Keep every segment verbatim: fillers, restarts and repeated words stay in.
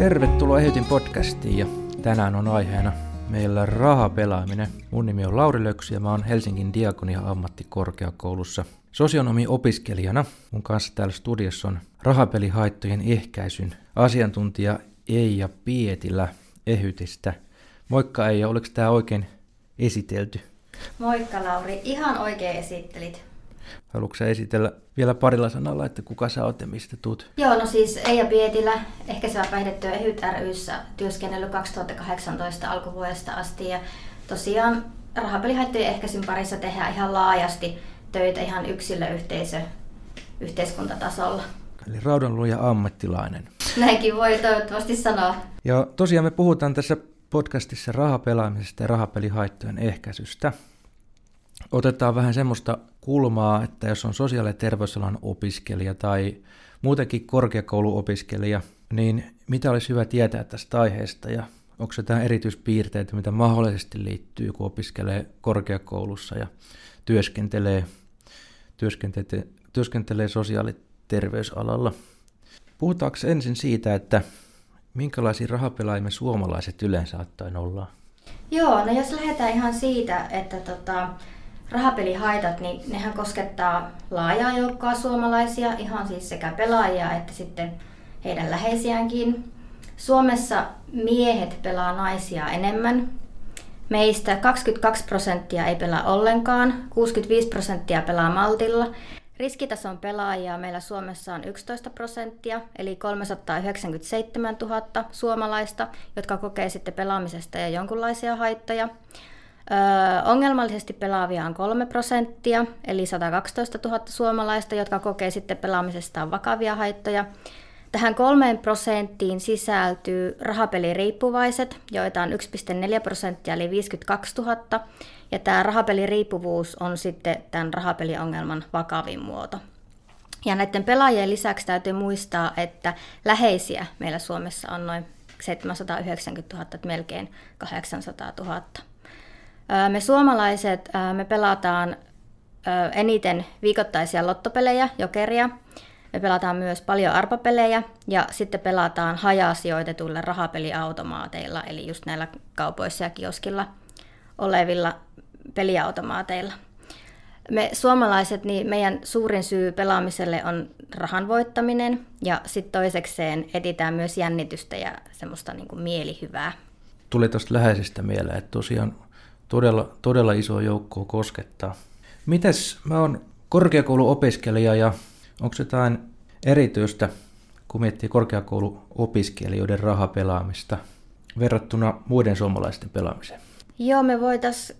Tervetuloa Ehytin podcastiin ja tänään on aiheena meillä rahapelaaminen. Mun nimi on Lauri Löksy ja mä oon Helsingin Diakonia-ammattikorkeakoulussa sosionomi-opiskelijana. Mun kanssa täällä studiossa on rahapelihaittojen ehkäisyn asiantuntija Eija Pietilä Ehytistä. Moikka Eija, oliko tää oikein esitelty? Moikka Lauri, ihan oikein esittelit. Haluatko sä esitellä vielä parilla sanalla, että kuka sä oot ja mistä tuut? Joo, no siis Eija Pietilä, ehkäisevä päihdetyö Ehyt ry:ssä työskennellyt kaksituhattakahdeksantoista alkuvuodesta asti. Ja tosiaan rahapelihaittojen ehkäisyn parissa tehdään ihan laajasti töitä ihan yksilöyhteisö, yhteiskuntatasolla. Eli raudanluja ammattilainen. Näinkin voi toivottavasti sanoa. Ja tosiaan me puhutaan tässä podcastissa rahapelaamisesta ja rahapelihaittojen ehkäisystä. Otetaan vähän semmoista kulmaa, että jos on sosiaali- ja terveysalan opiskelija tai muutenkin korkeakouluopiskelija, niin mitä olisi hyvä tietää tästä aiheesta ja onko jotain erityispiirteitä, mitä mahdollisesti liittyy, kun opiskelee korkeakoulussa ja työskentelee, työskentelee, työskentelee sosiaali- ja terveysalalla. Puhutaanko ensin siitä, että minkälaisia rahapelaajia suomalaiset yleensä ottaen ollaan? Joo, no jos lähdetään ihan siitä, että tota, rahapelihaitat, niin nehän koskettaa laajaa joukkoa suomalaisia, ihan siis sekä pelaajia että sitten heidän läheisiäänkin. Suomessa miehet pelaa naisia enemmän. Meistä kaksikymmentäkaksi prosenttia ei pelaa ollenkaan, kuusikymmentäviisi prosenttia pelaa maltilla. Riskitason pelaajia meillä Suomessa on yksitoista prosenttia, eli kolmesataayhdeksänkymmentäseitsemäntuhatta suomalaista, jotka kokee sitten pelaamisesta ja jonkunlaisia haittoja. Öö, ongelmallisesti pelaavia on kolme prosenttia, eli satakaksitoistatuhatta suomalaista, jotka kokee sitten pelaamisestaan vakavia haittoja. Tähän kolmeen prosenttiin sisältyy rahapeliriippuvaiset, joita on yksi pilkku neljä prosenttia, eli viisikymmentäkaksituhatta. Ja tämä rahapeliriippuvuus on sitten tämän rahapeliongelman vakavin muoto. Ja näiden pelaajien lisäksi täytyy muistaa, että läheisiä meillä Suomessa on noin seitsemänsataayhdeksänkymmentätuhatta, melkein kahdeksansataatuhatta. Me suomalaiset me pelataan eniten viikoittaisia lottopelejä, jokeria. Me pelataan myös paljon arpapelejä ja sitten pelataan hajasijoitetuilla rahapeliautomaateilla, eli just näillä kaupoissa ja kioskilla olevilla peliautomaateilla. Me suomalaiset, niin meidän suurin syy pelaamiselle on rahan voittaminen ja sitten toisekseen etsitään myös jännitystä ja semmoista niin kuin mielihyvää. Tuli tuosta läheisestä mieleen, että tosiaan todella, todella iso joukkoa koskettaa. Mites mä oon korkeakouluopiskelija ja onko jotain erityistä, kun miettii korkeakouluopiskelijoiden rahapelaamista verrattuna muiden suomalaisten pelaamiseen? Joo, me voitaisiin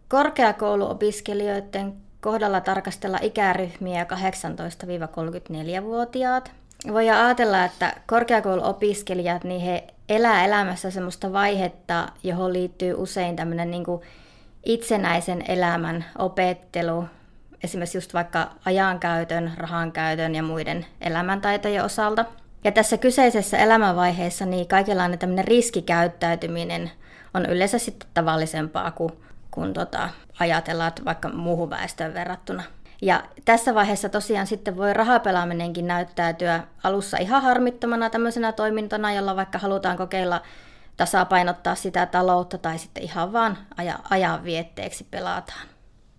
korkeakouluopiskelijoiden kohdalla tarkastella ikäryhmiä kahdeksantoista kolmekymmentäneljä-vuotiaat. Voidaan ajatella, että korkeakouluopiskelijat, niin he elää elämässä semmoista vaihetta, johon liittyy usein tämmöinen niin kuin itsenäisen elämän opettelu, esimerkiksi just vaikka ajankäytön, rahankäytön ja muiden elämäntaitojen osalta. Ja tässä kyseisessä elämänvaiheessa niin kaikenlainen tämmöinen riskikäyttäytyminen on yleensä sitten tavallisempaa kuin, kuin tota, ajatellaan vaikka muuhun väestöön verrattuna. Ja tässä vaiheessa tosiaan sitten voi rahapelaaminenkin näyttäytyä alussa ihan harmittomana tämmöisenä toimintana, jolla vaikka halutaan kokeilla tasapainottaa sitä taloutta tai sitten ihan vaan ajan vietteeksi pelataan.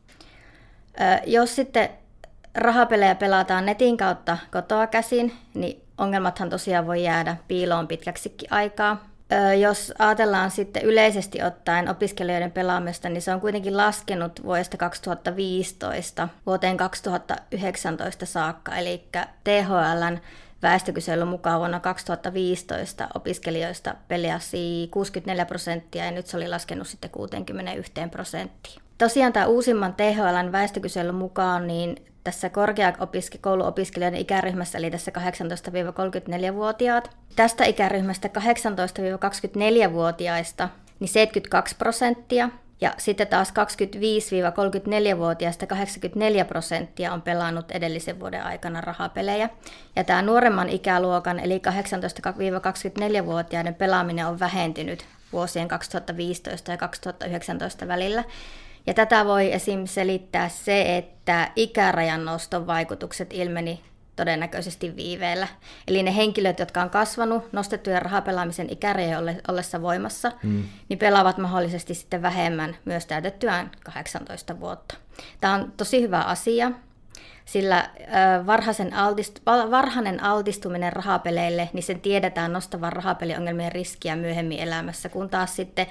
Jos sitten rahapelejä pelataan netin kautta kotoa käsin, niin ongelmathan tosiaan voi jäädä piiloon pitkäksikin aikaa. Jos ajatellaan sitten yleisesti ottaen opiskelijoiden pelaamista, niin se on kuitenkin laskenut vuodesta kaksituhattaviisitoista vuoteen kaksituhattayhdeksäntoista saakka. Eli T H L:n väestökyselyn mukaan vuonna kaksituhattaviisitoista opiskelijoista pelasi kuusikymmentäneljä prosenttia ja nyt se oli laskenut sitten kuusikymmentäyksi prosenttia. Tosiaan tämä uusimman T H L:n väestökyselyn mukaan niin tässä korkeakouluopiskelijoiden ikäryhmässä, eli tässä kahdeksantoista kolmekymmentäneljä-vuotiaat. Tästä ikäryhmästä kahdeksantoista kaksikymmentäneljä-vuotiaista niin seitsemänkymmentäkaksi prosenttia ja sitten taas kaksikymmentäviisi kolmekymmentäneljä-vuotiaista kahdeksankymmentäneljä prosenttia on pelannut edellisen vuoden aikana rahapelejä. Ja tämä nuoremman ikäluokan eli kahdeksantoista kaksikymmentäneljä-vuotiaiden pelaaminen on vähentynyt vuosien kaksituhattaviisitoista ja kaksituhattayhdeksäntoista välillä. Ja tätä voi esim. Selittää se, että ikärajan noston vaikutukset ilmeni todennäköisesti viiveellä. Eli ne henkilöt, jotka on kasvanut nostettujen rahapelaamisen ikärajojen ollessa voimassa, mm. niin pelaavat mahdollisesti sitten vähemmän myös täytettyään kahdeksantoista vuotta. Tämä on tosi hyvä asia, sillä varhaisen altist, varhainen altistuminen rahapeleille, niin sen tiedetään nostavan rahapeliongelmien riskiä myöhemmin elämässä, kun taas sitten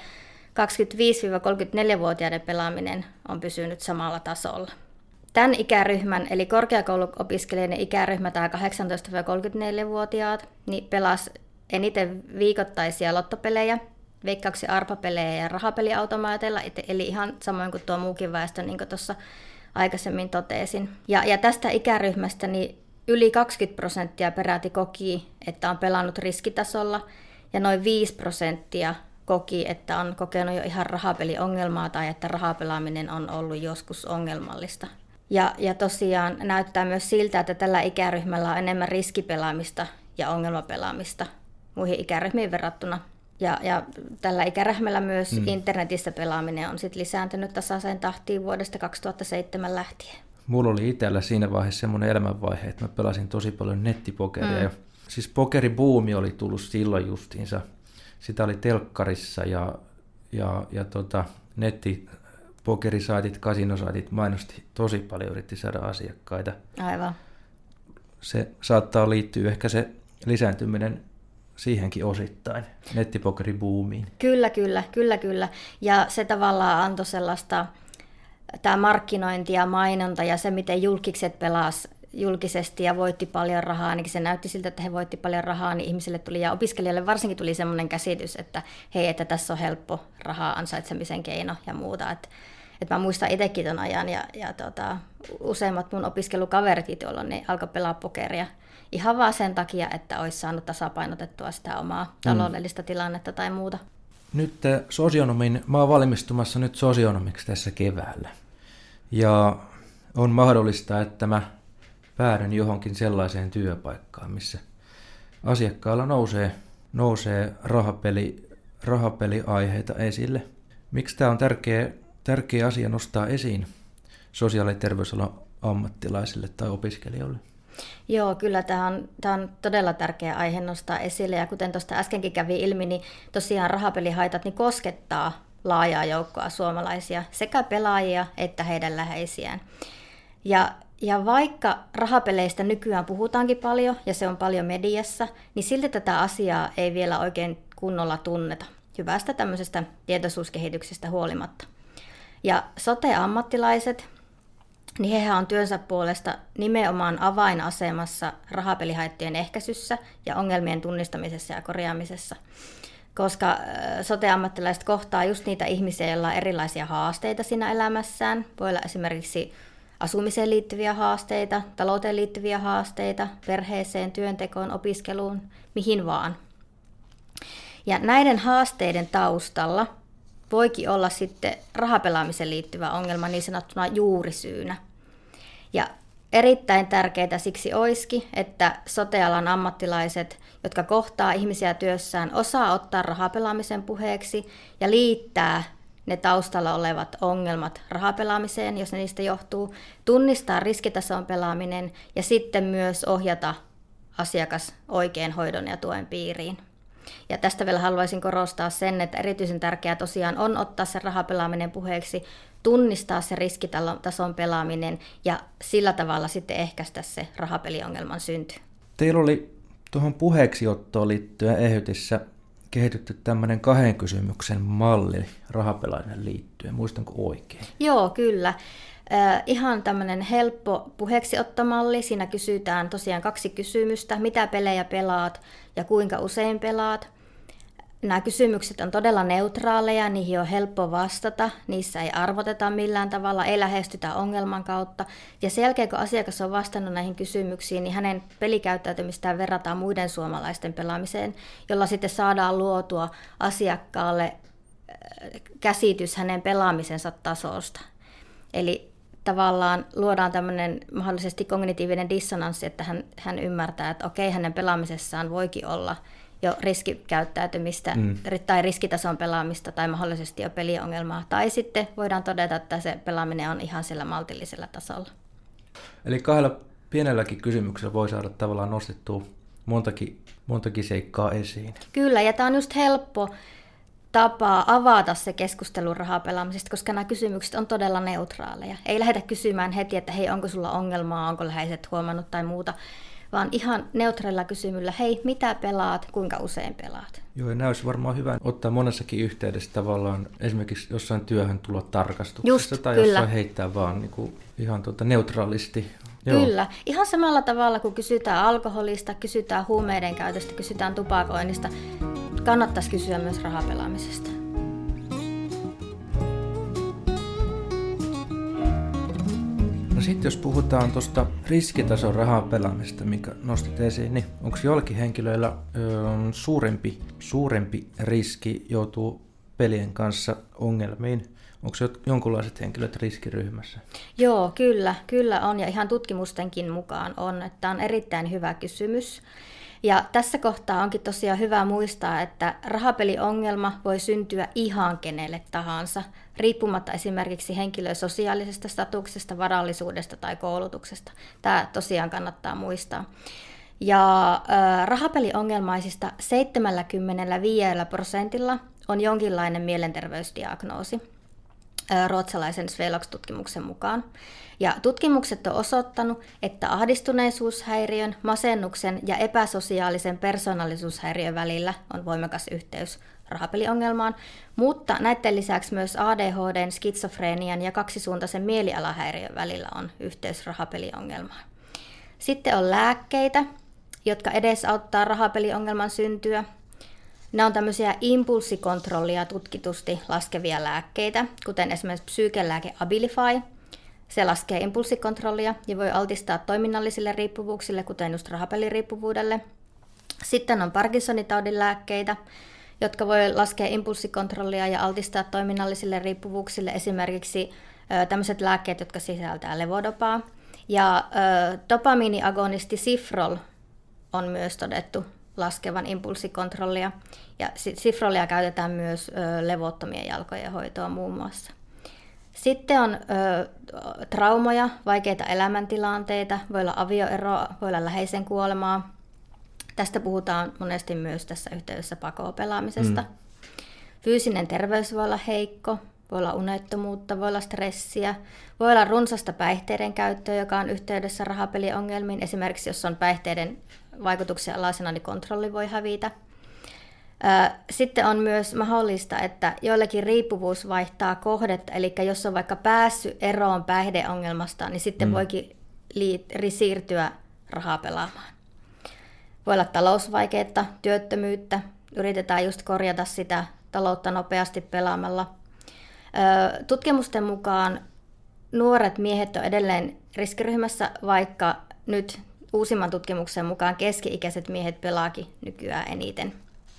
kaksikymmentäviisi–kolmekymmentäneljä-vuotiaiden pelaaminen on pysynyt samalla tasolla. Tämän ikäryhmän, eli korkeakouluopiskelijoiden ikäryhmä, tämä kahdeksantoista–kolmekymmentäneljä-vuotiaat, niin pelasi eniten viikoittaisia lottopelejä, veikkauksia, arpapelejä ja rahapeliautomaateilla, eli ihan samoin kuin tuo muukin väestö, niin kuin tuossa aikaisemmin totesin. Ja, ja tästä ikäryhmästä niin yli kaksikymmentä prosenttia peräti koki, että on pelannut riskitasolla, ja noin viisi prosenttia koki, että on kokenut jo ihan rahapeliongelmaa tai että rahapelaaminen on ollut joskus ongelmallista. Ja, ja tosiaan näyttää myös siltä, että tällä ikäryhmällä on enemmän riskipelaamista ja ongelmapelaamista muihin ikäryhmiin verrattuna. Ja, ja tällä ikäryhmällä myös mm. internetissä pelaaminen on sit lisääntynyt tasaiseen tahtiin vuodesta kaksituhattaseitsemän lähtien. Mulla oli itsellä siinä vaiheessa semmoinen elämänvaihe, että mä pelasin tosi paljon nettipokeria. Mm. Ja, siis pokeribuumi oli tullut silloin justiinsa. Sitä oli telkkarissa ja, ja, ja tota, nettipokerisaitit, kasinosaitit mainosti tosi paljon, yritti saada asiakkaita. Aivan. Se saattaa liittyä ehkä se lisääntyminen siihenkin osittain, nettipokeribuumiin. Kyllä, kyllä, kyllä, kyllä. Ja se tavallaan antoi sellaista, tämä markkinointi ja mainonta ja se, miten julkikset pelasi julkisesti ja voitti paljon rahaa, ainakin se näytti siltä, että he voitti paljon rahaa, niin ihmisille tuli ja opiskelijoille varsinkin tuli semmoinen käsitys, että hei, että tässä on helppo rahaa ansaitsemisen keino ja muuta. Et, et mä muistan itsekin ton ajan ja, ja tota, useimmat mun opiskelukaverit tuolla niin alkoi pelaa pokeria ihan vaan sen takia, että olisi saanut tasapainotettua sitä omaa taloudellista mm. tilannetta tai muuta. Nyt sosionomin, mä oon valmistumassa nyt sosionomiksi tässä keväällä ja on mahdollista, että mä päädyn johonkin sellaiseen työpaikkaan, missä asiakkaalla nousee, nousee rahapeli, rahapeliaiheita esille. Miksi tämä on tärkeä, tärkeä asia nostaa esiin sosiaali- ja terveysalan ammattilaisille tai opiskelijoille? Joo, kyllä tämä on, tämä on todella tärkeä aihe nostaa esille, ja kuten tuosta äskenkin kävi ilmi, niin tosiaan rahapelihaitat niin koskettaa laajaa joukkoa suomalaisia, sekä pelaajia että heidän läheisiään. Ja Ja vaikka rahapeleistä nykyään puhutaankin paljon ja se on paljon mediassa, niin silti tätä asiaa ei vielä oikein kunnolla tunneta, hyvästä tämmöisestä tietoisuuskehityksestä huolimatta. Ja sote-ammattilaiset, niin hehän on työnsä puolesta nimenomaan avainasemassa rahapelihaittojen ehkäisyssä ja ongelmien tunnistamisessa ja korjaamisessa. Koska sote-ammattilaiset kohtaa just niitä ihmisiä, joilla on erilaisia haasteita siinä elämässään. Voi olla esimerkiksi asumiseen liittyviä haasteita, talouteen liittyviä haasteita, perheeseen, työntekoon, opiskeluun, mihin vaan. Ja näiden haasteiden taustalla voikin olla sitten rahapelaamiseen liittyvä ongelma niin sanottuna juurisyynä. Ja erittäin tärkeää siksi olisikin, että sote-alan ammattilaiset, jotka kohtaa ihmisiä työssään, osaa ottaa rahapelaamisen puheeksi ja liittää ne taustalla olevat ongelmat rahapelaamiseen, jos ne niistä johtuu, tunnistaa riskitason pelaaminen ja sitten myös ohjata asiakas oikein hoidon ja tuen piiriin. Ja tästä vielä haluaisin korostaa sen, että erityisen tärkeää tosiaan on ottaa se rahapelaaminen puheeksi, tunnistaa se riskitason pelaaminen ja sillä tavalla sitten ehkäistä se rahapeliongelman synty. Teillä oli tuohon puheeksiottoon liittyen Ehytissä kehitytty tämmöinen kahden kysymyksen malli rahapelaaminen liittyen. Muistanko oikein? Joo, kyllä. Äh, ihan tämmöinen helppo puheeksiottomalli. Siinä kysytään tosiaan kaksi kysymystä. Mitä pelejä pelaat ja kuinka usein pelaat? Nämä kysymykset on todella neutraaleja, niihin on helppo vastata, niissä ei arvoteta millään tavalla, ei lähestytä ongelman kautta. Ja sen jälkeen, kun asiakas on vastannut näihin kysymyksiin, niin hänen pelikäyttäytymistään verrataan muiden suomalaisten pelaamiseen, jolla sitten saadaan luotua asiakkaalle käsitys hänen pelaamisensa tasosta. Eli tavallaan luodaan tämmöinen mahdollisesti kognitiivinen dissonanssi, että hän, hän ymmärtää, että okei, hänen pelaamisessaan voikin olla jo riskikäyttäytymistä mm. tai riskitason pelaamista tai mahdollisesti jo peliongelmaa. Tai sitten voidaan todeta, että se pelaaminen on ihan sillä maltillisella tasolla. Eli kahdella pienelläkin kysymyksellä voi saada tavallaan nostettua montakin, montakin seikkaa esiin. Kyllä, ja tämä on just helppo tapa avata se keskustelu rahapelaamisesta, koska nämä kysymykset on todella neutraaleja. Ei lähdetä kysymään heti, että hei, onko sulla ongelmaa, onko läheiset huomannut tai muuta, vaan ihan neutraalilla kysymyllä, hei, mitä pelaat, kuinka usein pelaat? Joo, ja nämä olisi varmaan hyvä ottaa monessakin yhteydessä tavallaan, esimerkiksi jossain työhön tulla tarkastuksessa Just, tai kyllä. jossain heittää vaan niin kuin ihan tuota neutraalisti. Joo. Kyllä. Ihan samalla tavalla, kun kysytään alkoholista, kysytään huumeiden käytöstä, kysytään tupakoinnista, kannattaisi kysyä myös rahapelaamisesta. No sitten jos puhutaan tuosta riskitason rahapelaamisesta, minkä nostit esiin, niin onko jollakin henkilöillä ö, suurempi, suurempi riski joutuu pelien kanssa ongelmiin? Onko jonkunlaiset henkilöt riskiryhmässä? Joo, kyllä, kyllä on, ja ihan tutkimustenkin mukaan on, että tämä on erittäin hyvä kysymys. Ja tässä kohtaa onkin tosiaan hyvä muistaa, että rahapeliongelma voi syntyä ihan kenelle tahansa, riippumatta esimerkiksi henkilön sosiaalisesta statuksesta, varallisuudesta tai koulutuksesta. Tämä tosiaan kannattaa muistaa. Ja äh, rahapeliongelmaisista seitsemänkymmentäviisi prosentilla on jonkinlainen mielenterveysdiagnoosi ruotsalaisen Svelox-tutkimuksen mukaan. Ja tutkimukset on osoittanut, että ahdistuneisuushäiriön, masennuksen ja epäsosiaalisen persoonallisuushäiriön välillä on voimakas yhteys rahapeliongelmaan, mutta näiden lisäksi myös A D H D:n, skitsofreenian ja kaksisuuntaisen mielialahäiriön välillä on yhteys rahapeliongelmaan. Sitten on lääkkeitä, jotka edesauttaa rahapeliongelman syntyä. Nämä on tämmöisiä impulssikontrollia tutkitusti laskevia lääkkeitä, kuten esimerkiksi psyykelääke Abilify. Se laskee impulssikontrollia ja voi altistaa toiminnallisille riippuvuuksille, kuten just rahapeliriippuvuudelle. Sitten on Parkinsonin-taudin lääkkeitä, jotka voi laskea impulssikontrollia ja altistaa toiminnallisille riippuvuuksille, esimerkiksi ö, tämmöiset lääkkeet, jotka sisältää levodopaa. Ja ö, dopamiiniagonisti Sifrol on myös todettu laskevan impulssikontrollia, ja Sifrolia käytetään myös ö, levottomien jalkojen hoitoon muun muassa. Sitten on ö, traumoja, vaikeita elämäntilanteita, voi olla avioeroa, voi olla läheisen kuolemaa. Tästä puhutaan monesti myös tässä yhteydessä pakopelaamisesta. Mm. Fyysinen terveys voi olla heikko, voi olla unettomuutta, voi olla stressiä, voi olla runsasta päihteiden käyttöä, joka on yhteydessä rahapeliongelmiin. Esimerkiksi jos on päihteiden vaikutuksia alaisena, niin kontrolli voi hävitä. Sitten on myös mahdollista, että joillekin riippuvuus vaihtaa kohdetta, eli jos on vaikka päässyt eroon päihdeongelmasta, niin sitten mm. voikin liit- siirtyä rahaa pelaamaan. Voi olla talousvaikeutta, työttömyyttä, yritetään just korjata sitä taloutta nopeasti pelaamalla. Tutkimusten mukaan nuoret miehet on edelleen riskiryhmässä, vaikka nyt uusimman tutkimuksen mukaan keski-ikäiset miehet pelaakin nykyään eniten.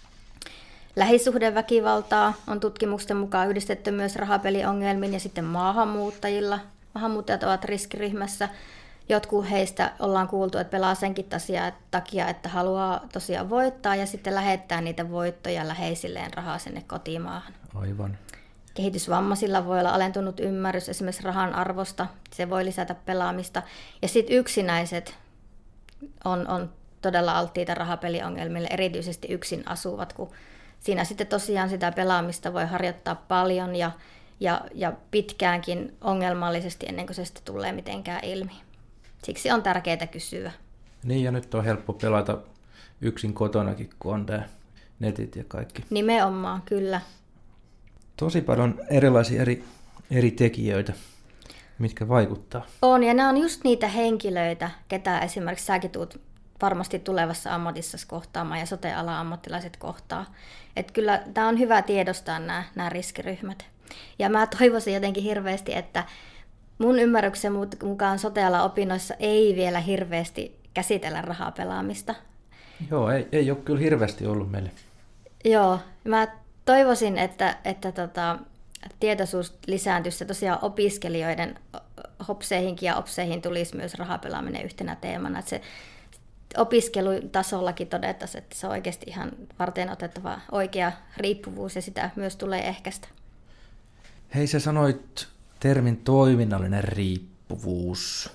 Lähisuhdeväkivaltaa on tutkimusten mukaan yhdistetty myös rahapeliongelmiin ja sitten maahanmuuttajilla. Maahanmuuttajat ovat riskiryhmässä. Jotkut heistä ollaan kuultu, että pelaa senkin takia, että haluaa tosiaan voittaa ja sitten lähettää niitä voittoja läheisilleen rahaa sinne kotimaahan. Aivan. Kehitysvammaisilla voi olla alentunut ymmärrys esimerkiksi rahan arvosta, se voi lisätä pelaamista. Ja sitten yksinäiset on, on todella alttiita rahapeliongelmille, erityisesti yksin asuvat, kun siinä sitten tosiaan sitä pelaamista voi harjoittaa paljon ja, ja, ja pitkäänkin ongelmallisesti ennen kuin se sitten tulee mitenkään ilmi. Siksi on tärkeää kysyä. Niin, ja nyt on helppo pelata yksin kotonakin, kun on nämä netit ja kaikki. Nimenomaan, kyllä. Tosi paljon erilaisia eri, eri tekijöitä, mitkä vaikuttaa. On, ja nämä on just niitä henkilöitä, ketä esimerkiksi säkin tulet varmasti tulevassa ammatissa kohtaamaan ja sote-alan ammattilaiset kohtaa. Että kyllä tämä on hyvä tiedostaa nämä, nämä riskiryhmät. Ja mä toivoisin jotenkin hirveästi, että mun ymmärryksen mukaan sote-alan opinnoissa ei vielä hirveästi käsitellä rahapelaamista. Joo, ei, ei ole kyllä hirveästi ollut meille. Joo, mä toivoisin, että, että tota, tietoisuus lisääntyisi tosiaan opiskelijoiden hopseihinkin ja opseihin tulisi myös rahapelaaminen yhtenä teemana. Että se opiskelutasollakin todettaisiin, että se on oikeasti ihan varten otettava oikea riippuvuus ja sitä myös tulee ehkäistä. Hei, sä sanoit termin toiminnallinen riippuvuus.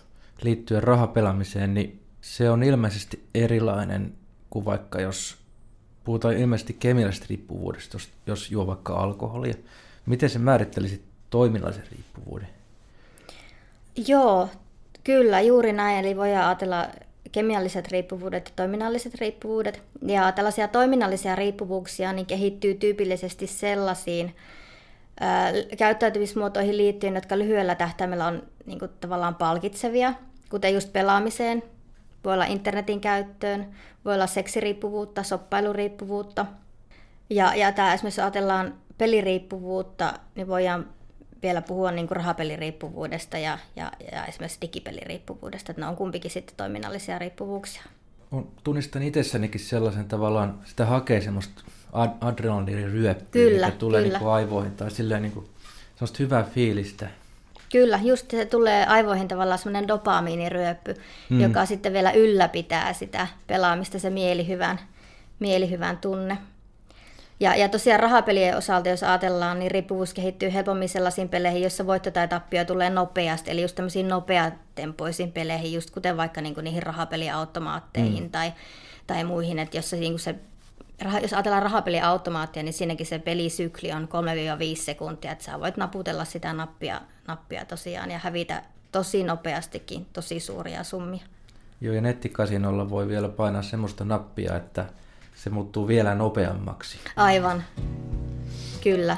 liittyen rahapelaamiseen, niin se on ilmeisesti erilainen kuin vaikka jos puhutaan ilmeisesti kemiallisesta riippuvuudesta, jos juo vaikka alkoholia. Miten se määrittelisit toiminnallisen riippuvuuden? Joo, kyllä, juuri näin. Eli voidaan ajatella kemialliset riippuvuudet ja toiminnalliset riippuvuudet. Ja tällaisia toiminnallisia riippuvuuksia niin kehittyy tyypillisesti sellaisiin ää, käyttäytymismuotoihin liittyen, jotka lyhyellä tähtäimellä on niin kuin, tavallaan palkitsevia, kuten just pelaamiseen. Voi olla internetin käyttöön, voi olla seksiriippuvuutta, shoppailuriippuvuutta. Ja, ja tämä esimerkiksi ajatellaan peliriippuvuutta, niin voidaan vielä puhua niin kuin rahapeliriippuvuudesta ja, ja, ja esimerkiksi digipeliriippuvuudesta, että ne on kumpikin sitten toiminnallisia riippuvuuksia. Tunnistan itsessänikin sellaisen tavallaan, sitä hakee semmoista ad- adrenaliiniryöppyä, kyllä, mikä tulee kyllä. Niin kuin aivoihin tai silleen niin kuin semmoista hyvää fiilistä. Kyllä, just se tulee aivoihin tavallaan semmoinen dopamiiniryöppy, mm. joka sitten vielä ylläpitää sitä pelaamista, se mielihyvän, mielihyvän tunne. Ja, ja tosiaan rahapelien osalta, jos ajatellaan, niin riippuvuus kehittyy helpommin sellaisiin peleihin, joissa voitto tai tappio tulee nopeasti. Eli just tämmöisiin nopeatempoisiin peleihin, just kuten vaikka niinku niihin rahapeliautomaatteihin mm. tai, tai muihin. Että jos, se, niinku se, jos ajatellaan rahapeliautomaattia, niin siinäkin se pelisykli on kolme viisi sekuntia. Että sä voit naputella sitä nappia, nappia tosiaan ja hävitä tosi nopeastikin tosi suuria summia. Joo, ja nettikasinolla voi vielä painaa semmoista nappia, että se muuttuu vielä nopeammaksi. Aivan, kyllä.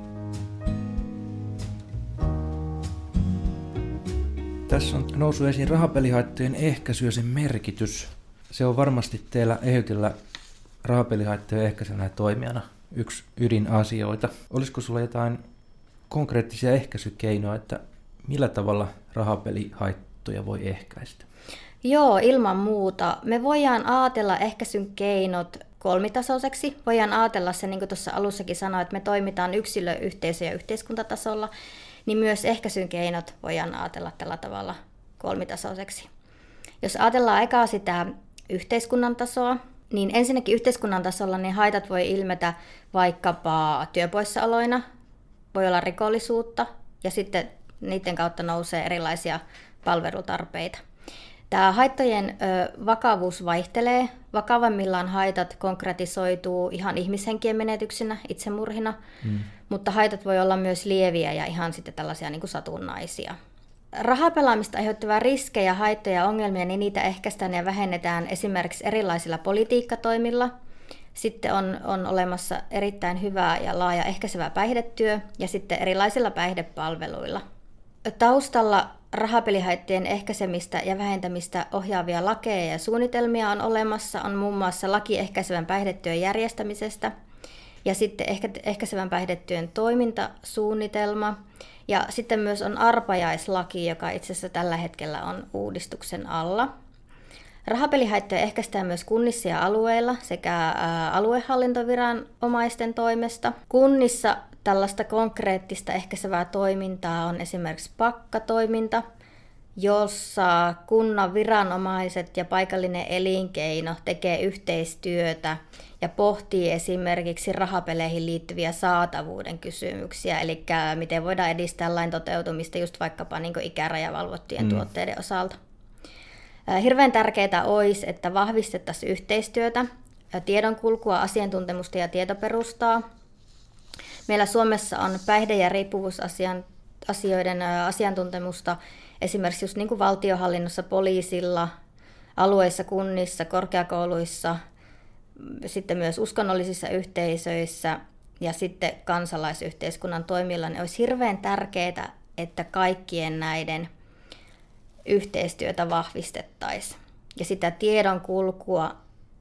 Tässä on noussut esiin rahapelihaittojen ehkäisy ja sen merkitys. Se on varmasti teillä Ehytillä rahapelihaittojen ehkäisynä ja toimijana yksi ydinasioita. Olisiko sulla jotain konkreettisia ehkäisykeinoja, että millä tavalla rahapelihaittoja voi ehkäistä? Joo, ilman muuta. Me voidaan ajatella ehkäisyn keinot kolmitasoiseksi. Voidaan ajatella se, niin kuin tuossa alussakin sanoin, että me toimitaan yksilö-, yhteisö- ja yhteiskuntatasolla, niin myös ehkäisyn keinot voidaan ajatella tällä tavalla kolmitasoiseksi. Jos ajatellaan ekaa sitä yhteiskunnan tasoa, niin ensinnäkin yhteiskunnan tasolla niin haitat voi ilmetä vaikkapa työpoissaoloina, voi olla rikollisuutta ja sitten niiden kautta nousee erilaisia palvelutarpeita. Tämä haittojen ö, vakavuus vaihtelee. Vakavammillaan haitat konkretisoituu ihan ihmishenkien menetyksinä, itsemurhina, mm. mutta haitat voi olla myös lieviä ja ihan sitten tällaisia niin kuin satunnaisia. Rahapelaamista aiheuttavia riskejä, haittoja ja ongelmia, niin niitä ehkäistään ja vähennetään esimerkiksi erilaisilla politiikkatoimilla. Sitten on, on olemassa erittäin hyvä ja laaja ehkäisevä päihdetyö ja sitten erilaisilla päihdepalveluilla. Taustalla rahapelihaittojen ehkäisemistä ja vähentämistä ohjaavia lakeja ja suunnitelmia on olemassa. On muun muassa laki ehkäisevän päihdetyön järjestämisestä ja sitten ehkäisevän päihdetyön toimintasuunnitelma. Ja sitten myös on arpajaislaki, joka itse asiassa tällä hetkellä on uudistuksen alla. Rahapelihaittoja ehkäistään myös kunnissa ja alueilla sekä aluehallintoviranomaisten toimesta. Kunnissa tällaista konkreettista ehkäisevää toimintaa on esimerkiksi pakkatoiminta, jossa kunnan viranomaiset ja paikallinen elinkeino tekee yhteistyötä ja pohtii esimerkiksi rahapeleihin liittyviä saatavuuden kysymyksiä, eli miten voidaan edistää lain toteutumista just vaikkapa niin kuin ikärajavalvottujen mm. tuotteiden osalta. Hirveän tärkeää olisi, että vahvistettaisiin yhteistyötä, tiedonkulkua, asiantuntemusta ja tietoperustaa. Meillä Suomessa on päihde- ja riippuvuusasioiden asiantuntemusta esimerkiksi just niin kuin valtionhallinnossa, poliisilla, alueissa, kunnissa, korkeakouluissa, sitten myös uskonnollisissa yhteisöissä ja sitten kansalaisyhteiskunnan toimilla. Ne olisi hirveän tärkeää, että kaikkien näiden yhteistyötä vahvistettaisiin ja sitä tiedon kulkua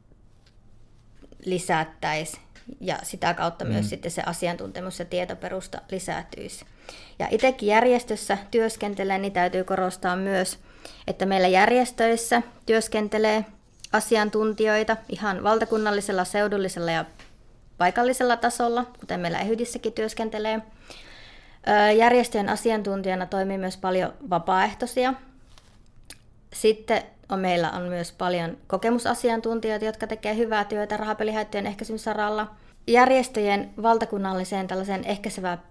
lisättäisiin ja sitä kautta mm. myös sitten se asiantuntemus ja tietoperusta lisätyisi. Ja itsekin järjestössä työskentelee, niin täytyy korostaa myös, että meillä järjestöissä työskentelee asiantuntijoita ihan valtakunnallisella, seudullisella ja paikallisella tasolla, kuten meillä Ehydissäkin työskentelee. Järjestöjen asiantuntijana toimii myös paljon vapaaehtoisia. Sitten on, meillä on myös paljon kokemusasiantuntijoita, jotka tekevät hyvää työtä rahapelihaittojen ehkäisyn saralla. Järjestöjen valtakunnalliseen tällaiseen ehkäisevään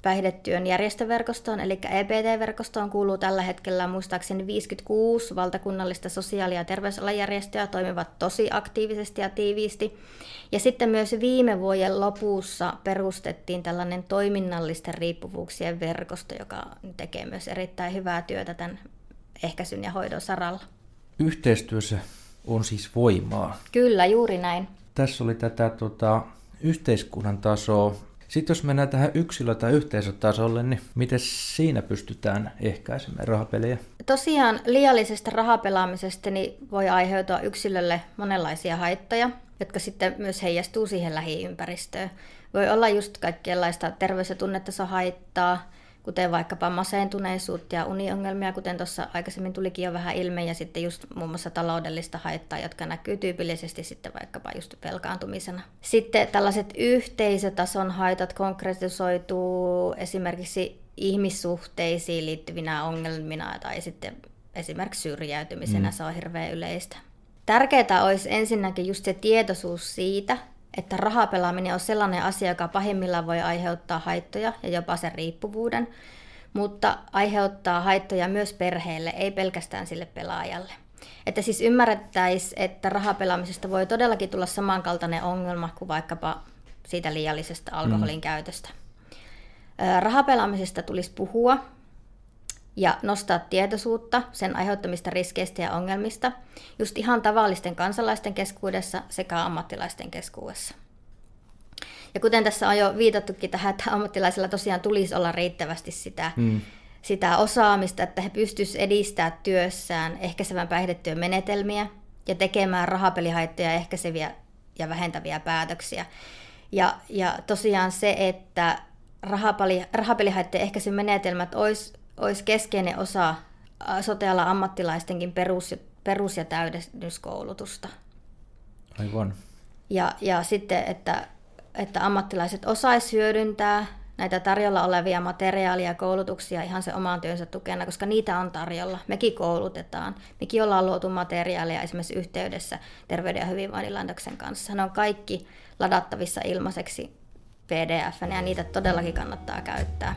päihdetyön järjestöverkostoon, eli E P T-verkostoon kuuluu tällä hetkellä muistaakseni viisikymmentäkuusi valtakunnallista sosiaali- ja terveysalan järjestöä, toimivat tosi aktiivisesti ja tiiviisti. Ja sitten myös viime vuoden lopussa perustettiin tällainen toiminnallisten riippuvuuksien verkosto, joka tekee myös erittäin hyvää työtä tämän ehkäisyn ja hoidon saralla. Yhteistyössä on siis voimaa. Kyllä, juuri näin. Tässä oli tätä tota, yhteiskunnan tasoa. Sitten jos mennään tähän yksilö- tai yhteisötasolle, niin miten siinä pystytään ehkäisemään rahapelejä? Tosiaan liiallisesta rahapelaamisesta niin voi aiheutua yksilölle monenlaisia haittoja, jotka sitten myös heijastuu siihen lähiympäristöön. Voi olla just kaikenlaista terveys- ja tunnetasohaittaa, kuten vaikkapa masentuneisuutta ja uniongelmia, kuten tuossa aikaisemmin tulikin jo vähän ilme, ja sitten just muun muassa taloudellista haittaa, jotka näkyy tyypillisesti sitten vaikkapa just velkaantumisena. Sitten tällaiset yhteisötason haitat konkretisoituu esimerkiksi ihmissuhteisiin liittyvinä ongelmina tai sitten esimerkiksi syrjäytymisenä, mm. se on hirveän yleistä. Tärkeää olisi ensinnäkin just se tietoisuus siitä, että rahapelaaminen on sellainen asia, joka pahimmillaan voi aiheuttaa haittoja ja jopa sen riippuvuuden, mutta aiheuttaa haittoja myös perheelle, ei pelkästään sille pelaajalle. Että siis ymmärrettäisiin, että rahapelaamisesta voi todellakin tulla samankaltainen ongelma kuin vaikkapa siitä liiallisesta alkoholin mm. käytöstä. Rahapelaamisesta tulisi puhua ja nostaa tietoisuutta sen aiheuttamista riskeistä ja ongelmista just ihan tavallisten kansalaisten keskuudessa sekä ammattilaisten keskuudessa. Ja kuten tässä on jo viitattukin tähän, että ammattilaisilla tosiaan tulisi olla riittävästi sitä, mm. sitä osaamista, että he pystyisivät edistämään työssään ehkäisevän päihdetyön menetelmiä ja tekemään rahapelihaittoja ehkäiseviä ja vähentäviä päätöksiä. Ja, ja tosiaan se, että rahapeli, rahapelihaittojen ehkäisyn menetelmät olisi olisi keskeinen osa sote-alan ammattilaistenkin perus- perus- ja täydennyskoulutusta. Aivan. Ja, ja sitten, että, että ammattilaiset osaisivat hyödyntää näitä tarjolla olevia materiaalia ja koulutuksia ihan se oman työnsä tukena, koska niitä on tarjolla. Mekin koulutetaan. Mekin ollaan luotu materiaalia esimerkiksi yhteydessä Terveyden ja hyvinvoinnin laitoksen kanssa. Ne on kaikki ladattavissa ilmaiseksi P D F:nä ja niitä todellakin kannattaa käyttää.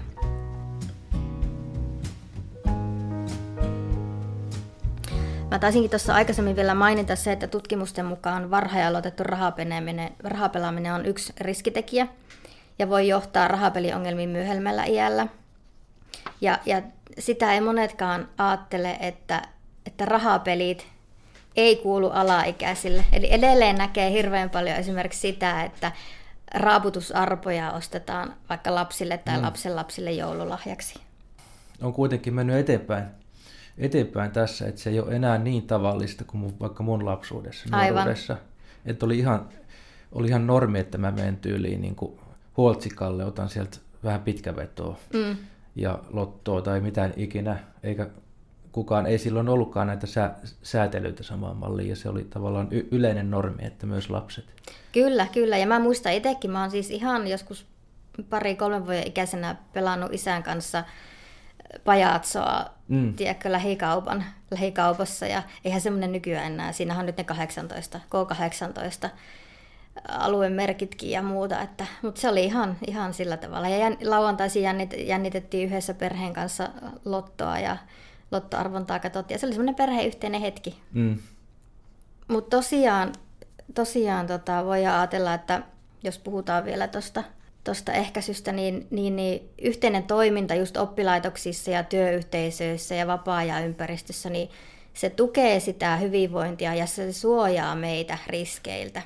Mä taisinkin tuossa aikaisemmin vielä mainita se, että tutkimusten mukaan varhain aloitettu rahapelaaminen on yksi riskitekijä ja voi johtaa rahapeliongelmiin myöhemmällä iällä. Ja, ja sitä ei monetkaan ajattele, että, että rahapelit ei kuulu alaikäisille. Eli edelleen näkee hirveän paljon esimerkiksi sitä, että raaputusarpoja ostetaan vaikka lapsille tai mm. lapsenlapsille joululahjaksi. On kuitenkin mennyt eteenpäin. eteenpäin tässä, että se ei ole enää niin tavallista kuin mun, vaikka mun lapsuudessa, nuoruudessa. Että oli ihan, oli ihan normi, että mä menen tyyliin niin kuin huoltsikalle, otan sieltä vähän pitkävetoa mm. ja lottoa tai mitään ikinä, eikä kukaan, ei silloin ollutkaan näitä sää, säätelyitä samaan malliin, ja se oli tavallaan y- yleinen normi, että myös lapset. Kyllä, kyllä, ja mä muistan itsekin, mä oon siis ihan joskus pari-kolmen vuoden ikäisenä pelannut isän kanssa pajatsoa, mm. tiedätkö, lähikaupan, lähikaupassa, ja eihän semmoinen nykyään enää, siinähän on nyt ne kahdeksantoista, K kahdeksantoista alueen merkitkin ja muuta, että, mutta se oli ihan, ihan sillä tavalla. Ja jän, lauantaisin jännit, jännitettiin yhdessä perheen kanssa lottoa ja lottoarvontaa katsottiin, ja se oli semmoinen perheyhteinen hetki. Mm. Mutta tosiaan, tosiaan tota, voi ajatella, että jos puhutaan vielä tuosta tuosta ehkäisystä, niin, niin, niin yhteinen toiminta just oppilaitoksissa ja työyhteisöissä ja vapaa-ajan ympäristössä, niin se tukee sitä hyvinvointia ja se suojaa meitä riskeiltä.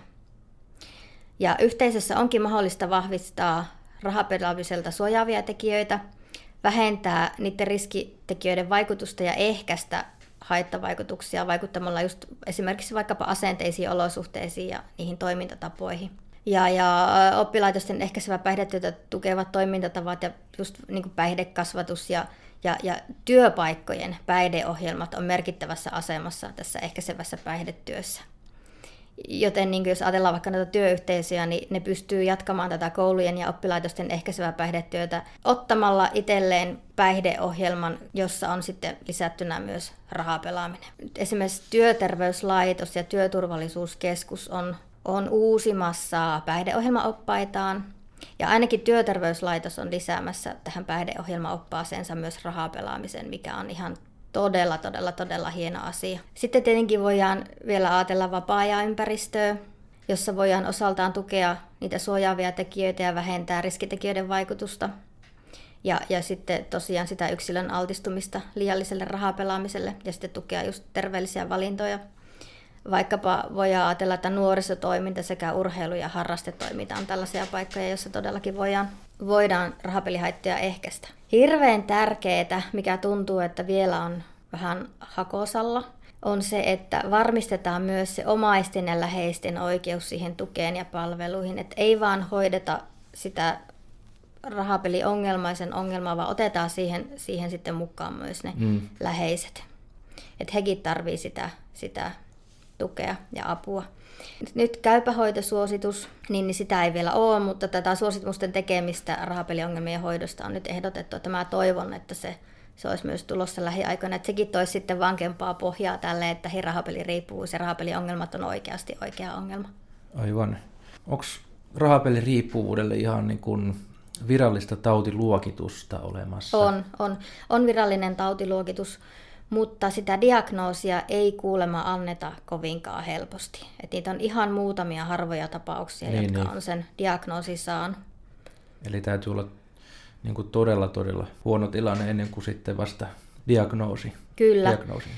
Ja yhteisössä onkin mahdollista vahvistaa rahapelaamiselta suojaavia tekijöitä, vähentää niiden riskitekijöiden vaikutusta ja ehkäistä haittavaikutuksia vaikuttamalla just esimerkiksi vaikkapa asenteisiin, olosuhteisiin ja niihin toimintatapoihin. Ja, ja oppilaitosten ehkäisevä päihdetyötä tukevat toimintatavat ja just niin kuin päihdekasvatus ja, ja, ja työpaikkojen päihdeohjelmat on merkittävässä asemassa tässä ehkäisevässä päihdetyössä. Joten niin jos ajatellaan vaikka näitä työyhteisöjä, niin ne pystyy jatkamaan tätä koulujen ja oppilaitosten ehkäisevää päihdetyötä ottamalla itselleen päihdeohjelman, jossa on sitten lisättynä myös rahapelaaminen. Esimerkiksi Työterveyslaitos ja Työturvallisuuskeskus on, on uusimassa päihdeohjelmaoppaitaan Ja ainakin työterveyslaitos on lisäämässä tähän päihdeohjelmaoppaaseensa myös rahapelaamisen, mikä on ihan todella, todella, todella hieno asia. Sitten tietenkin voidaan vielä ajatella vapaa-ajan ympäristöä, jossa voidaan osaltaan tukea niitä suojaavia tekijöitä ja vähentää riskitekijöiden vaikutusta. Ja, ja sitten tosiaan sitä yksilön altistumista liialliselle rahapelaamiselle ja sitten tukea just terveellisiä valintoja. Vaikkapa voidaan ajatella, että nuorisotoiminta sekä urheilu- ja harrastetoiminta on tällaisia paikkoja, joissa todellakin voidaan, voidaan rahapelihaittoja ehkäistä. Hirveän tärkeää, mikä tuntuu, että vielä on vähän hakosalla, on se, että varmistetaan myös se omaisten ja läheisten oikeus siihen tukeen ja palveluihin. Että ei vaan hoideta sitä rahapeliongelmaisen ongelmaa, vaan otetaan siihen, siihen sitten mukaan myös ne mm. läheiset. Että hekin tarvii sitä, sitä tukea ja apua. Nyt käypähoitosuositus, niin, niin sitä ei vielä ole, mutta tätä suositusten tekemistä rahapeliongelmien hoidosta on nyt ehdotettu, että mä toivon, että se, se olisi myös tulossa lähiaikoina, että sekin toisi sitten vankempaa pohjaa tälle, että hei, rahapeliriippuvuus ja rahapeliongelmat on oikeasti oikea ongelma. Aivan. Onko rahapeliriippuvuudelle ihan niin kuin virallista tautiluokitusta olemassa? On, on, on virallinen tautiluokitus. Mutta sitä diagnoosia ei kuulemma anneta kovinkaan helposti. Et niitä on ihan muutamia harvoja tapauksia, niin, jotka niin. on sen diagnoosin saanut. Eli täytyy olla niin kuin todella, todella huono tilanne ennen kuin sitten vasta diagnoosi. Kyllä.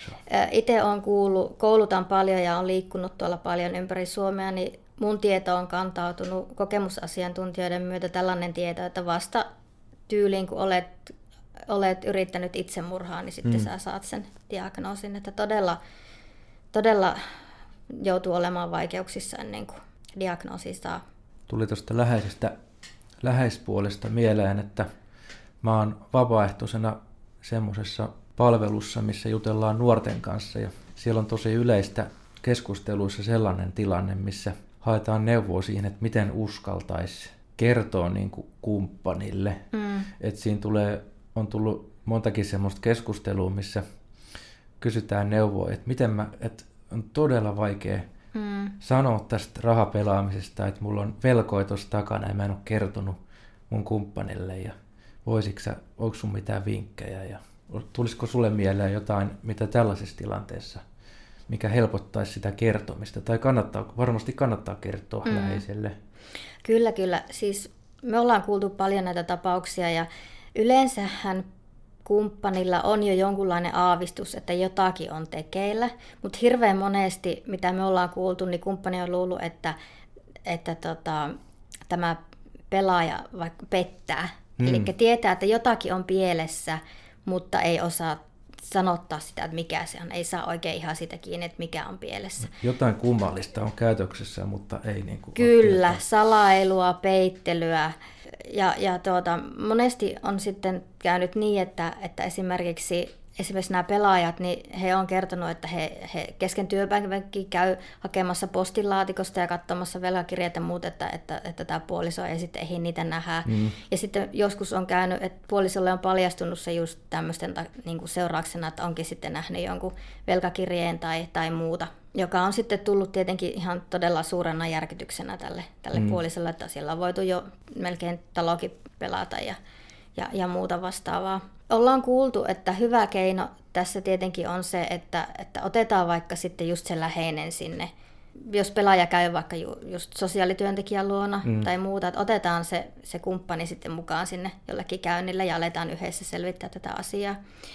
Itse olen kuullut, koulutan paljon ja olen liikkunut tuolla paljon ympäri Suomea, niin mun tieto on kantautunut kokemusasiantuntijoiden myötä tällainen tieto, että vasta tyyliin kun olet olet yrittänyt itsemurhaa, niin sitten mm. sä saat sen diagnoosin, että todella, todella joutuu olemaan vaikeuksissa ennen kuin diagnoosi saa. Tuli tuosta läheisestä, läheispuolesta mieleen, että mä oon vapaaehtoisena semmoisessa palvelussa, missä jutellaan nuorten kanssa ja siellä on tosi yleistä keskusteluissa sellainen tilanne, missä haetaan neuvoa siihen, että miten uskaltaisi kertoa niin kuin kumppanille, mm. että siinä tulee on tullut montakin semmoista keskustelua, missä kysytään neuvoa, että miten mä, että on todella vaikea mm. sanoa tästä rahapelaamisesta, että mulla on velkoja tuossa takana ja mä en ole kertonut mun kumppanille ja voisitko sä, onko sun mitään vinkkejä ja tulisiko sulle mieleen jotain, mitä tällaisessa tilanteessa, mikä helpottaisi sitä kertomista tai kannattaa, varmasti kannattaa kertoa mm. läheiselle. Kyllä, kyllä. Siis me ollaan kuultu paljon näitä tapauksia ja yleensähän kumppanilla on jo jonkunlainen aavistus, että jotakin on tekeillä, mutta hirveän monesti, mitä me ollaan kuultu, niin kumppani on luullut, että, että tota, tämä pelaaja vaikka pettää. Hmm. Eli tietää, että jotakin on pielessä, mutta ei osaa sanottaa sitä, että mikä se on. Ei saa oikein ihan sitä kiinni, että mikä on pielessä. Jotain kummallista on käytöksessä, mutta ei niin kuin... Kyllä, salailua, peittelyä. Ja, ja tuota, monesti on sitten käynyt niin, että, että esimerkiksi, esimerkiksi nämä pelaajat, niin he on kertonut, että he, he kesken työpäivänkin käy hakemassa postilaatikosta ja katsomassa velkakirjat ja muut, että, että, että tämä puoliso ei sitten ehdi niitä nähdä. Mm. Ja sitten joskus on käynyt, että puolisolle on paljastunut se just tämmöisten niin kuin seurauksena, että onkin sitten nähnyt jonkun velkakirjeen tai, tai muuta, joka on sitten tullut tietenkin ihan todella suurena järkytyksenä tälle, tälle mm. puolisolle, että siellä on voitu jo melkein talokin pelata ja, ja, ja muuta vastaavaa. Ollaan kuultu, että hyvä keino tässä tietenkin on se, että, että otetaan vaikka sitten just se läheinen sinne. Jos pelaaja käy vaikka ju, just sosiaalityöntekijän luona mm. tai muuta, että otetaan se, se kumppani sitten mukaan sinne jollekin käynnille ja aletaan yhdessä selvittää tätä asiaa.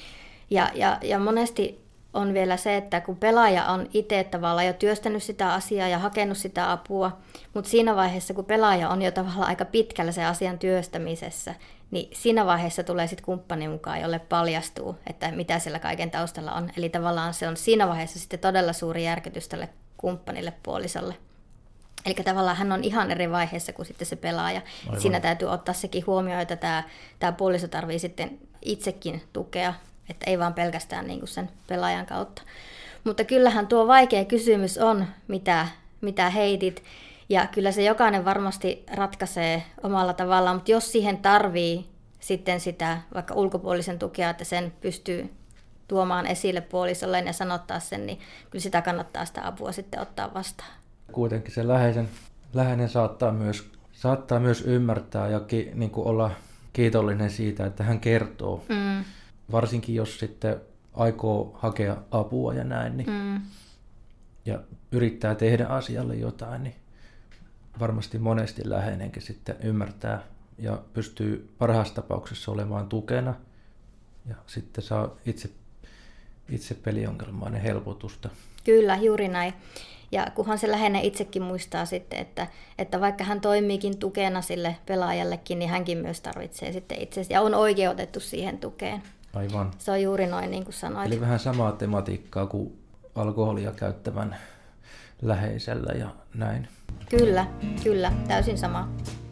Ja, ja, ja monesti on vielä se, että kun pelaaja on itse tavallaan jo työstänyt sitä asiaa ja hakenut sitä apua, mutta siinä vaiheessa, kun pelaaja on jo tavallaan aika pitkällä sen asian työstämisessä, niin siinä vaiheessa tulee sitten kumppani mukaan, jolle paljastuu, että mitä siellä kaiken taustalla on. Eli tavallaan se on siinä vaiheessa sitten todella suuri järkytys tälle kumppanille, puolisolle. Eli tavallaan hän on ihan eri vaiheessa kuin sitten se pelaaja. Siinä täytyy ottaa sekin huomioon, että tämä, tämä puoliso tarvitsee sitten itsekin tukea, että ei vaan pelkästään niin kuin sen pelaajan kautta. Mutta kyllähän tuo vaikea kysymys on, mitä, mitä heitit. Ja kyllä se jokainen varmasti ratkaisee omalla tavallaan, mutta jos siihen tarvii sitten sitä vaikka ulkopuolisen tukea, että sen pystyy tuomaan esille puolisolleen ja sanottaa sen, niin kyllä sitä kannattaa sitä apua sitten ottaa vastaan. Kuitenkin se läheisen, läheinen saattaa myös saattaa myös ymmärtää ja ki, niin kuin olla kiitollinen siitä, että hän kertoo. Mm. Varsinkin jos sitten aikoo hakea apua ja näin, niin, mm. ja yrittää tehdä asialle jotain, niin varmasti monesti läheinenkin sitten ymmärtää ja pystyy parhaassa tapauksessa olemaan tukena ja sitten saa itse, itse peliongelmaan helpotusta. Kyllä, juuri näin. Ja kunhan se läheinen itsekin muistaa sitten, että, että vaikka hän toimiikin tukena sille pelaajallekin, niin hänkin myös tarvitsee sitten itse ja on oikeutettu siihen tukeen. Aivan. Se on juuri noin, niin kuin sanoit. Eli vähän samaa tematiikkaa kuin alkoholia käyttävän läheisellä ja näin. Kyllä, kyllä, täysin sama.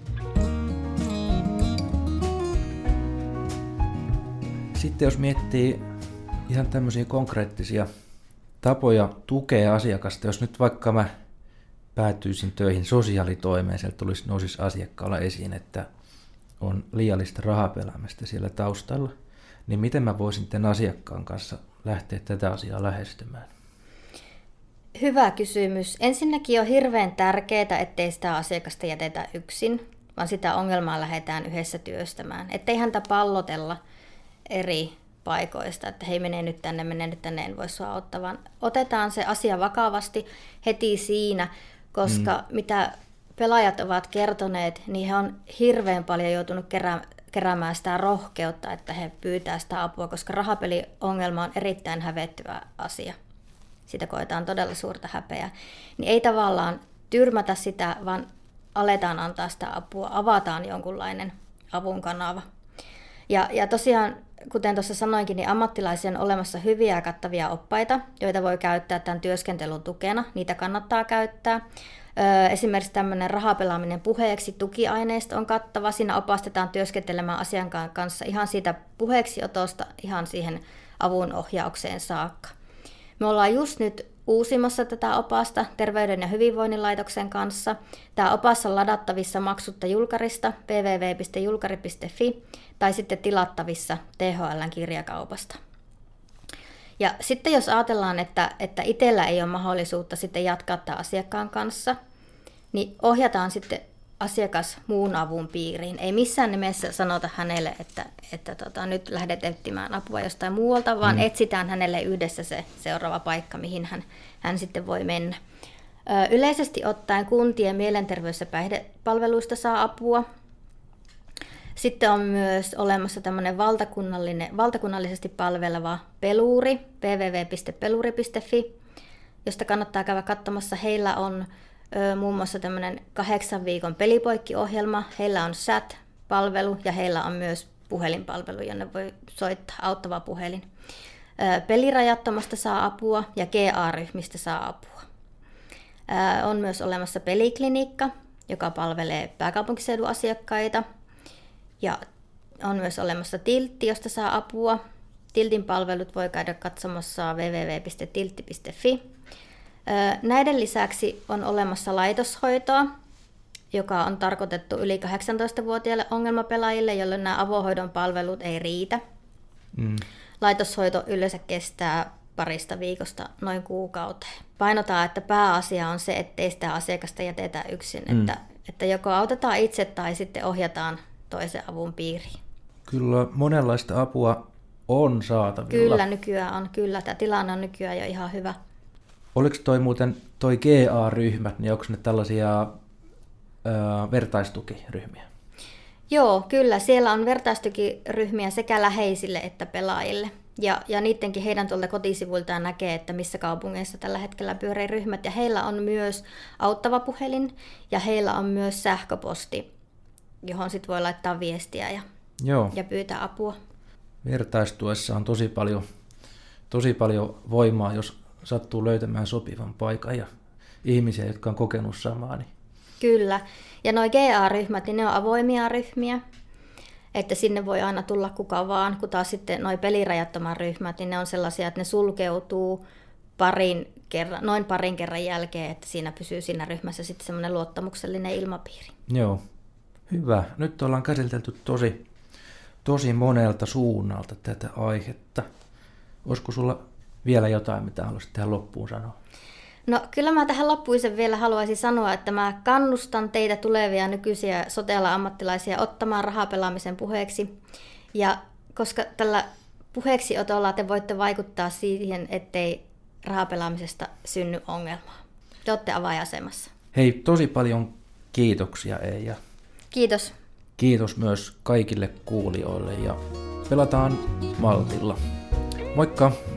Sitten jos miettii ihan tämmöisiä konkreettisia tapoja tukea asiakasta, jos nyt vaikka mä päätyisin töihin sosiaalitoimeen, sieltä tulisi, nousisi asiakkaalla esiin, että on liiallista rahapelaamista siellä taustalla, niin miten mä voisin tämän asiakkaan kanssa lähteä tätä asiaa lähestymään? Hyvä kysymys. Ensinnäkin on hirveän tärkeää, ettei sitä asiakasta jätetä yksin, vaan sitä ongelmaa lähdetään yhdessä työstämään. Ettei häntä pallotella eri paikoista, että hei, menee nyt tänne, menee nyt tänne, en voi sua auttaa, vaan otetaan se asia vakavasti heti siinä, koska mm. mitä pelaajat ovat kertoneet, niin he on hirveän paljon joutunut kerää, keräämään sitä rohkeutta, että he pyytää sitä apua, koska rahapeliongelma on erittäin hävettyvä asia. Siitä koetaan todella suurta häpeää. Niin ei tavallaan tyrmätä sitä, vaan aletaan antaa sitä apua, avataan jonkunlainen avun kanava. Ja, ja tosiaan, kuten tuossa sanoinkin, niin ammattilaisia on olemassa hyviä ja kattavia oppaita, joita voi käyttää tämän työskentelyn tukena. Niitä kannattaa käyttää. Esimerkiksi tämmöinen rahapelaaminen puheeksi tukiaineisto on kattava. Siinä opastetaan työskentelemään asiakkaan kanssa ihan siitä puheeksiotosta ihan siihen avun ohjaukseen saakka. Me ollaan just nyt uusimassa tätä opasta Terveyden ja hyvinvoinnin laitoksen kanssa. Tämä opas on ladattavissa maksutta julkarista double-u double-u double-u piste julkari piste fi tai sitten tilattavissa T H L:n kirjakaupasta. Ja sitten jos ajatellaan, että, että itsellä ei ole mahdollisuutta sitten jatkaa tämän asiakkaan kanssa, niin ohjataan sitten asiakas muun avun piiriin. Ei missään nimessä sanota hänelle, että, että tota, nyt lähdet etsimään apua jostain muualta, vaan mm. etsitään hänelle yhdessä se seuraava paikka, mihin hän, hän sitten voi mennä. Ö, yleisesti ottaen kuntien mielenterveys- ja päihdepalveluista saa apua. Sitten on myös olemassa tämmöinen valtakunnallinen, valtakunnallisesti palveleva Peluri, double-u double-u double-u piste peluri piste fi, josta kannattaa käydä katsomassa. Heillä on ö, muun muassa tämmöinen kahdeksan viikon pelipoikkiohjelma, heillä on chat-palvelu ja heillä on myös puhelinpalvelu, jonne voi soittaa auttava puhelin. Ö, pelirajattomasta saa apua ja G A-ryhmistä saa apua. Ö, on myös olemassa peliklinikka, joka palvelee pääkaupunkiseudun asiakkaita. Ja on myös olemassa Tiltti, josta saa apua. Tiltin palvelut voi käydä katsomassa double-u double-u double-u piste tiltti piste fi. Näiden lisäksi on olemassa laitoshoitoa, joka on tarkoitettu yli kahdeksantoistavuotiaille ongelmapelaajille, jolloin nämä avohoidon palvelut ei riitä. Mm. Laitoshoito yleensä kestää parista viikosta noin kuukauteen. Painotaan, että pääasia on se, ettei sitä asiakasta jätetä yksin, mm. että, että joko autetaan itse tai sitten ohjataan toisen avun piiriin. Kyllä monenlaista apua on saatavilla. Kyllä nykyään on, kyllä. Tämä tilanne on nykyään jo ihan hyvä. Oliko toi muuten toi G A-ryhmät, niin onko ne tällaisia ö, vertaistukiryhmiä? Joo, kyllä. Siellä on vertaistukiryhmiä sekä läheisille että pelaajille. Ja, ja niidenkin heidän tuolta kotisivuiltaan näkee, että missä kaupungeissa tällä hetkellä pyörii ryhmät. Ja heillä on myös auttava puhelin ja heillä on myös sähköposti, johon sit voi laittaa viestiä ja, Joo. ja pyytää apua. Vertaistuessa on tosi paljon, tosi paljon voimaa, jos sattuu löytämään sopivan paikan ja ihmisiä, jotka on kokenut samaa. Niin... Kyllä. Ja nuo G A-ryhmät, niin ne on avoimia ryhmiä, että sinne voi aina tulla kuka vaan, kun taas sitten nuo pelirajattoman ryhmät, niin ne on sellaisia, että ne sulkeutuu parin kerran, noin parin kerran jälkeen, että siinä pysyy siinä ryhmässä sitten semmoinen luottamuksellinen ilmapiiri. Joo. Hyvä. Nyt ollaan käsitelty tosi, tosi monelta suunnalta tätä aihetta. Olisiko sulla vielä jotain, mitä haluaisit tähän loppuun sanoa? No kyllä mä tähän loppuisen vielä haluaisin sanoa, että mä kannustan teitä tulevia nykyisiä sote-alan ammattilaisia ottamaan rahapelaamisen puheeksi. Ja koska tällä puheeksiotolla te voitte vaikuttaa siihen, ettei rahapelaamisesta synny ongelmaa. Te olette avainasemassa. Hei, tosi paljon kiitoksia Eija. Kiitos. Kiitos myös kaikille kuulijoille ja pelataan maltilla. Moikka!